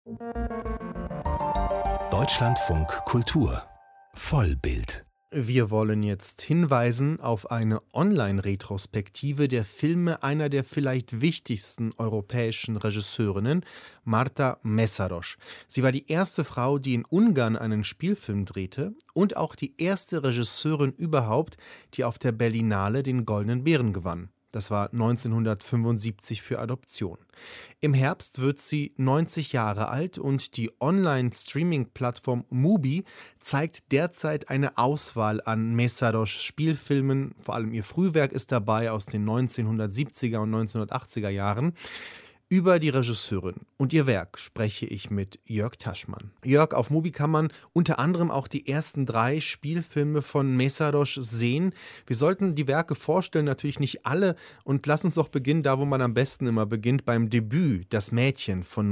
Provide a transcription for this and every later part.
Deutschlandfunk Kultur Vollbild. Wir wollen jetzt hinweisen auf eine Online-Retrospektive der Filme einer der vielleicht wichtigsten europäischen Regisseurinnen, Marta Mészáros. Sie war die erste Frau, die in Ungarn einen Spielfilm drehte und auch die erste Regisseurin überhaupt, die auf der Berlinale den Goldenen Bären gewann. Das war 1975 für Adoption. Im Herbst wird sie 90 Jahre alt und die Online-Streaming-Plattform Mubi zeigt derzeit eine Auswahl an Mészáros Spielfilmen. Vor allem ihr Frühwerk ist dabei aus den 1970er und 1980er Jahren. Über die Regisseurin und ihr Werk spreche ich mit Jörg Taschmann. Jörg, auf Mubi kann man unter anderem auch die ersten 3 Spielfilme von Mészáros sehen. Wir sollten die Werke vorstellen, natürlich nicht alle. Und lass uns doch beginnen, da wo man am besten immer beginnt, beim Debüt, Das Mädchen von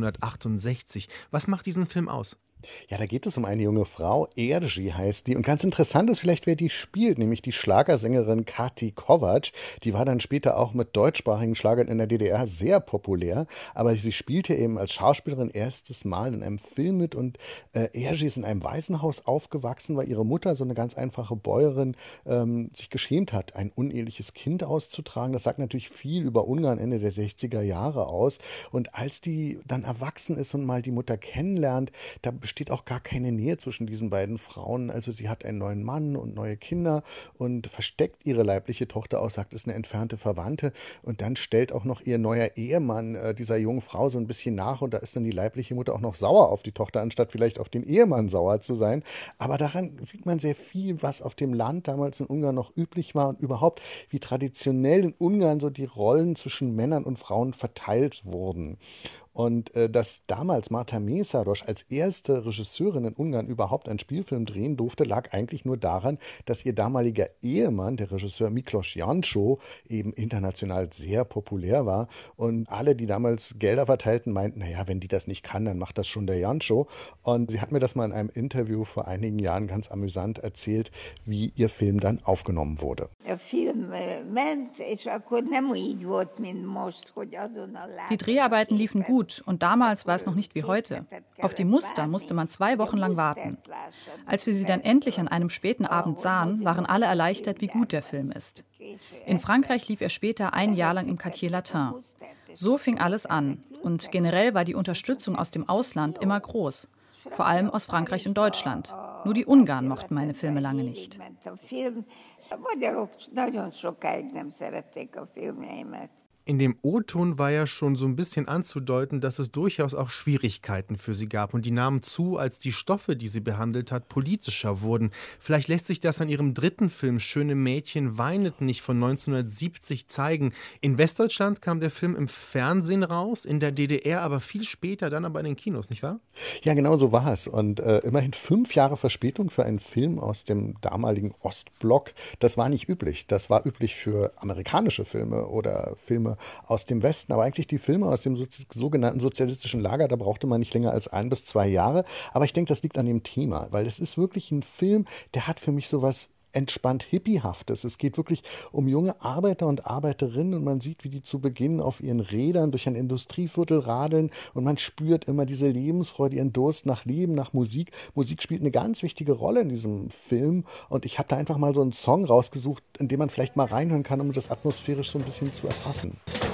1968. Was macht diesen Film aus? Ja, da geht es um eine junge Frau, Erzsi heißt die. Und ganz interessant ist vielleicht, wer die spielt, nämlich die Schlagersängerin Kati Kovacs. Die war dann später auch mit deutschsprachigen Schlagern in der DDR sehr populär. Aber sie spielte eben als Schauspielerin erstes Mal in einem Film mit. Und Erzsi ist in einem Waisenhaus aufgewachsen, weil ihre Mutter, so eine ganz einfache Bäuerin, sich geschämt hat, ein uneheliches Kind auszutragen. Das sagt natürlich viel über Ungarn Ende der 60er Jahre aus. Und als die dann erwachsen ist und mal die Mutter kennenlernt, da besteht auch gar keine Nähe zwischen diesen beiden Frauen. Also sie hat einen neuen Mann und neue Kinder und versteckt ihre leibliche Tochter aus, sagt, ist eine entfernte Verwandte. Und dann stellt auch noch ihr neuer Ehemann dieser jungen Frau so ein bisschen nach. Und da ist dann die leibliche Mutter auch noch sauer auf die Tochter, anstatt vielleicht auf den Ehemann sauer zu sein. Aber daran sieht man sehr viel, was auf dem Land damals in Ungarn noch üblich war und überhaupt, wie traditionell in Ungarn so die Rollen zwischen Männern und Frauen verteilt wurden. Und dass damals Marta Mészáros als erste Regisseurin in Ungarn überhaupt einen Spielfilm drehen durfte, lag eigentlich nur daran, dass ihr damaliger Ehemann, der Regisseur Miklos Jancsó, eben international sehr populär war. Und alle, die damals Gelder verteilten, meinten, naja, wenn die das nicht kann, dann macht das schon der Jancsó. Und sie hat mir das mal in einem Interview vor einigen Jahren ganz amüsant erzählt, wie ihr Film dann aufgenommen wurde. Die Dreharbeiten liefen gut. Und damals war es noch nicht wie heute. Auf die Muster musste man 2 Wochen lang warten. Als wir sie dann endlich an einem späten Abend sahen, waren alle erleichtert, wie gut der Film ist. In Frankreich lief er später 1 Jahr lang im Quartier Latin. So fing alles an. Und generell war die Unterstützung aus dem Ausland immer groß. Vor allem aus Frankreich und Deutschland. Nur die Ungarn mochten meine Filme lange nicht. In dem O-Ton war ja schon so ein bisschen anzudeuten, dass es durchaus auch Schwierigkeiten für sie gab. Und die nahmen zu, als die Stoffe, die sie behandelt hat, politischer wurden. Vielleicht lässt sich das an ihrem 3. Film Schöne Mädchen weineten nicht von 1970 zeigen. In Westdeutschland kam der Film im Fernsehen raus, in der DDR aber viel später, dann aber in den Kinos, nicht wahr? Ja, genau so war es. Und immerhin 5 Jahre Verspätung für einen Film aus dem damaligen Ostblock, das war nicht üblich. Das war üblich für amerikanische Filme oder Filme aus dem Westen, aber eigentlich die Filme aus dem sogenannten sozialistischen Lager, da brauchte man nicht länger als 1 bis 2 Jahre. Aber ich denke, das liegt an dem Thema, weil es ist wirklich ein Film, der hat für mich sowas entspannt Hippiehaftes. Es geht wirklich um junge Arbeiter und Arbeiterinnen und man sieht, wie die zu Beginn auf ihren Rädern durch ein Industrieviertel radeln und man spürt immer diese Lebensfreude, ihren Durst nach Leben, nach Musik. Musik spielt eine ganz wichtige Rolle in diesem Film und ich habe da einfach mal so einen Song rausgesucht, in dem man vielleicht mal reinhören kann, um das atmosphärisch so ein bisschen zu erfassen.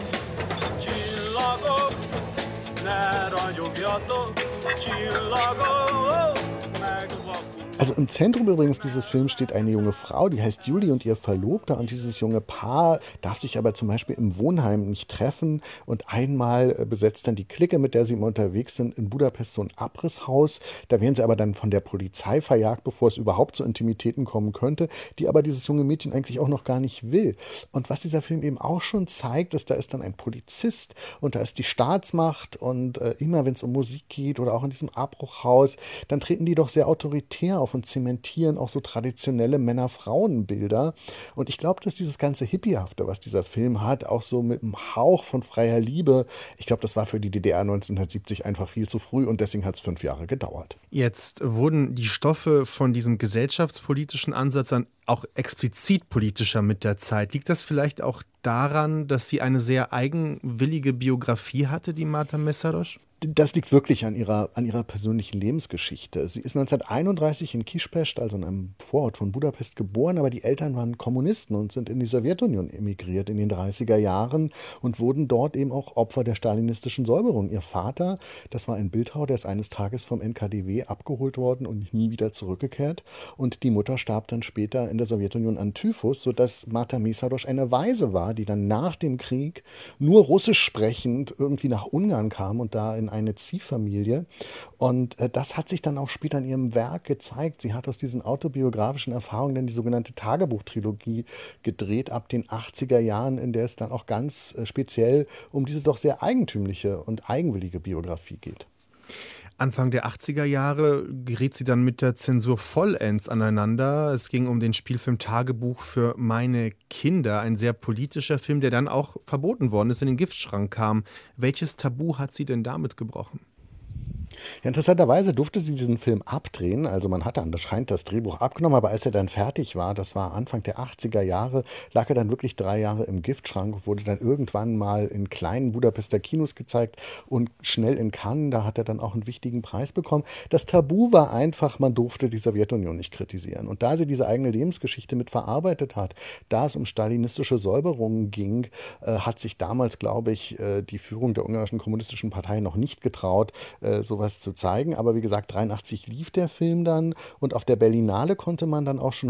Also im Zentrum übrigens dieses Films steht eine junge Frau, die heißt Julie und ihr Verlobter und dieses junge Paar darf sich aber zum Beispiel im Wohnheim nicht treffen und einmal besetzt dann die Clique, mit der sie immer unterwegs sind, in Budapest so ein Abrisshaus. Da werden sie aber dann von der Polizei verjagt, bevor es überhaupt zu Intimitäten kommen könnte, die aber dieses junge Mädchen eigentlich auch noch gar nicht will. Und was dieser Film eben auch schon zeigt, ist, da ist dann ein Polizist und da ist die Staatsmacht und immer wenn es um Musik geht oder auch in diesem Abbruchhaus, dann treten die doch sehr autoritär auf und zementieren auch so traditionelle Männer-Frauen-Bilder. Und ich glaube, dass dieses ganze Hippiehafte, was dieser Film hat, auch so mit einem Hauch von freier Liebe, ich glaube, das war für die DDR 1970 einfach viel zu früh und deswegen hat es 5 Jahre gedauert. Jetzt wurden die Stoffe von diesem gesellschaftspolitischen Ansatz dann auch explizit politischer mit der Zeit. Liegt das vielleicht auch daran, dass sie eine sehr eigenwillige Biografie hatte, die Marta Mészáros? Das liegt wirklich an ihrer persönlichen Lebensgeschichte. Sie ist 1931 in Kispest, also in einem Vorort von Budapest, geboren, aber die Eltern waren Kommunisten und sind in die Sowjetunion emigriert in den 30er Jahren und wurden dort eben auch Opfer der stalinistischen Säuberung. Ihr Vater, das war ein Bildhauer, der ist eines Tages vom NKWD abgeholt worden und nie wieder zurückgekehrt. Und die Mutter starb dann später in der Sowjetunion an Typhus, sodass Marta Meszaros eine Waise war, die dann nach dem Krieg nur russisch sprechend irgendwie nach Ungarn kam und da in eine Ziehfamilie. Und das hat sich dann auch später in ihrem Werk gezeigt. Sie hat aus diesen autobiografischen Erfahrungen dann die sogenannte Tagebuchtrilogie gedreht ab den 80er Jahren, in der es dann auch ganz speziell um diese doch sehr eigentümliche und eigenwillige Biografie geht. Anfang der 80er Jahre geriet sie dann mit der Zensur vollends aneinander. Es ging um den Spielfilm Tagebuch für meine Kinder, ein sehr politischer Film, der dann auch verboten worden ist, in den Giftschrank kam. Welches Tabu hat sie denn damit gebrochen? Ja, interessanterweise durfte sie diesen Film abdrehen. Also man hatte anscheinend das Drehbuch abgenommen, aber als er dann fertig war, das war Anfang der 80er Jahre, lag er dann wirklich 3 Jahre im Giftschrank, wurde dann irgendwann mal in kleinen Budapester Kinos gezeigt und schnell in Cannes, da hat er dann auch einen wichtigen Preis bekommen. Das Tabu war einfach, man durfte die Sowjetunion nicht kritisieren. Und da sie diese eigene Lebensgeschichte mit verarbeitet hat, da es um stalinistische Säuberungen ging, hat sich damals, glaube ich, die Führung der ungarischen kommunistischen Partei noch nicht getraut, sowas zu zeigen. Aber wie gesagt, 1983 lief der Film dann und auf der Berlinale konnte man dann auch schon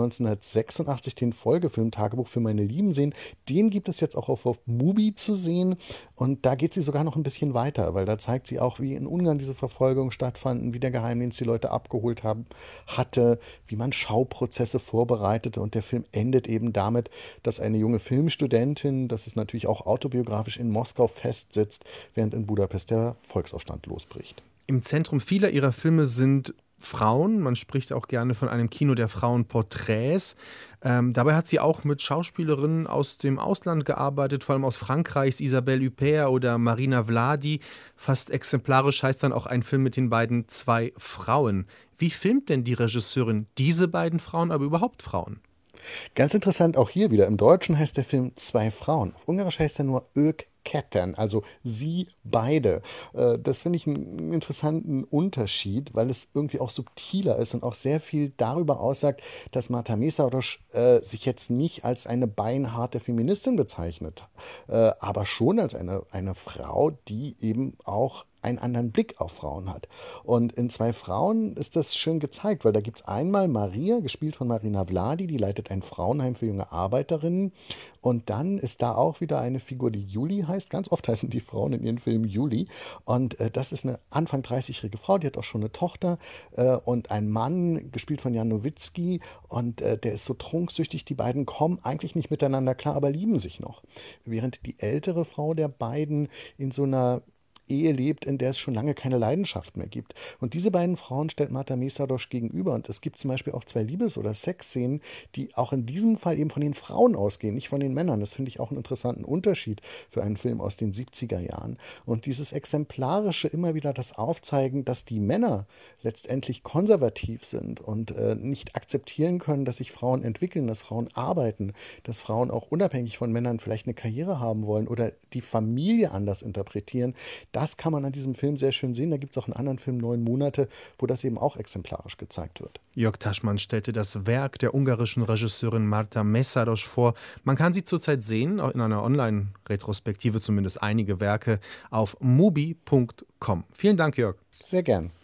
1986 den Folgefilm Tagebuch für meine Lieben sehen. Den gibt es jetzt auch auf Mubi zu sehen und da geht sie sogar noch ein bisschen weiter, weil da zeigt sie auch, wie in Ungarn diese Verfolgungen stattfanden, wie der Geheimdienst die Leute abgeholt hatte, wie man Schauprozesse vorbereitete und der Film endet eben damit, dass eine junge Filmstudentin, das ist natürlich auch autobiografisch, in Moskau festsitzt, während in Budapest der Volksaufstand losbricht. Im Zentrum vieler ihrer Filme sind Frauen. Man spricht auch gerne von einem Kino der Frauenporträts. Dabei hat sie auch mit Schauspielerinnen aus dem Ausland gearbeitet, vor allem aus Frankreichs Isabelle Huppert oder Marina Vladi. Fast exemplarisch heißt dann auch ein Film mit den beiden zwei Frauen. Wie filmt denn die Regisseurin diese beiden Frauen, aber überhaupt Frauen? Ganz interessant, auch hier wieder. Im Deutschen heißt der Film Zwei Frauen. Auf Ungarisch heißt er nur Ők ketten, also sie beide. Das finde ich einen interessanten Unterschied, weil es irgendwie auch subtiler ist und auch sehr viel darüber aussagt, dass Marta Meszaros sich jetzt nicht als eine beinharte Feministin bezeichnet, aber schon als eine Frau, die eben auch einen anderen Blick auf Frauen hat. Und in Zwei Frauen ist das schön gezeigt, weil da gibt es einmal Maria, gespielt von Marina Vladi, die leitet ein Frauenheim für junge Arbeiterinnen. Und dann ist da auch wieder eine Figur, die Juli heißt. Ganz oft heißen die Frauen in ihren Filmen Juli. Und das ist eine Anfang 30-jährige Frau, die hat auch schon eine Tochter und ein Mann, gespielt von Jan Nowitzki. Und der ist so trunksüchtig, die beiden kommen eigentlich nicht miteinander klar, aber lieben sich noch. Während die ältere Frau der beiden in so einer Ehe lebt, in der es schon lange keine Leidenschaft mehr gibt. Und diese beiden Frauen stellt Marta Meszaros gegenüber. Und es gibt zum Beispiel auch 2 Liebes- oder Sexszenen, die auch in diesem Fall eben von den Frauen ausgehen, nicht von den Männern. Das finde ich auch einen interessanten Unterschied für einen Film aus den 70er Jahren. Und dieses Exemplarische, immer wieder das Aufzeigen, dass die Männer letztendlich konservativ sind und nicht akzeptieren können, dass sich Frauen entwickeln, dass Frauen arbeiten, dass Frauen auch unabhängig von Männern vielleicht eine Karriere haben wollen oder die Familie anders interpretieren. Das kann man an diesem Film sehr schön sehen. Da gibt es auch einen anderen Film, 9 Monate, wo das eben auch exemplarisch gezeigt wird. Jörg Taschmann stellte das Werk der ungarischen Regisseurin Marta Meszaros vor. Man kann sie zurzeit sehen, auch in einer Online-Retrospektive, zumindest einige Werke, auf mubi.com. Vielen Dank, Jörg. Sehr gern.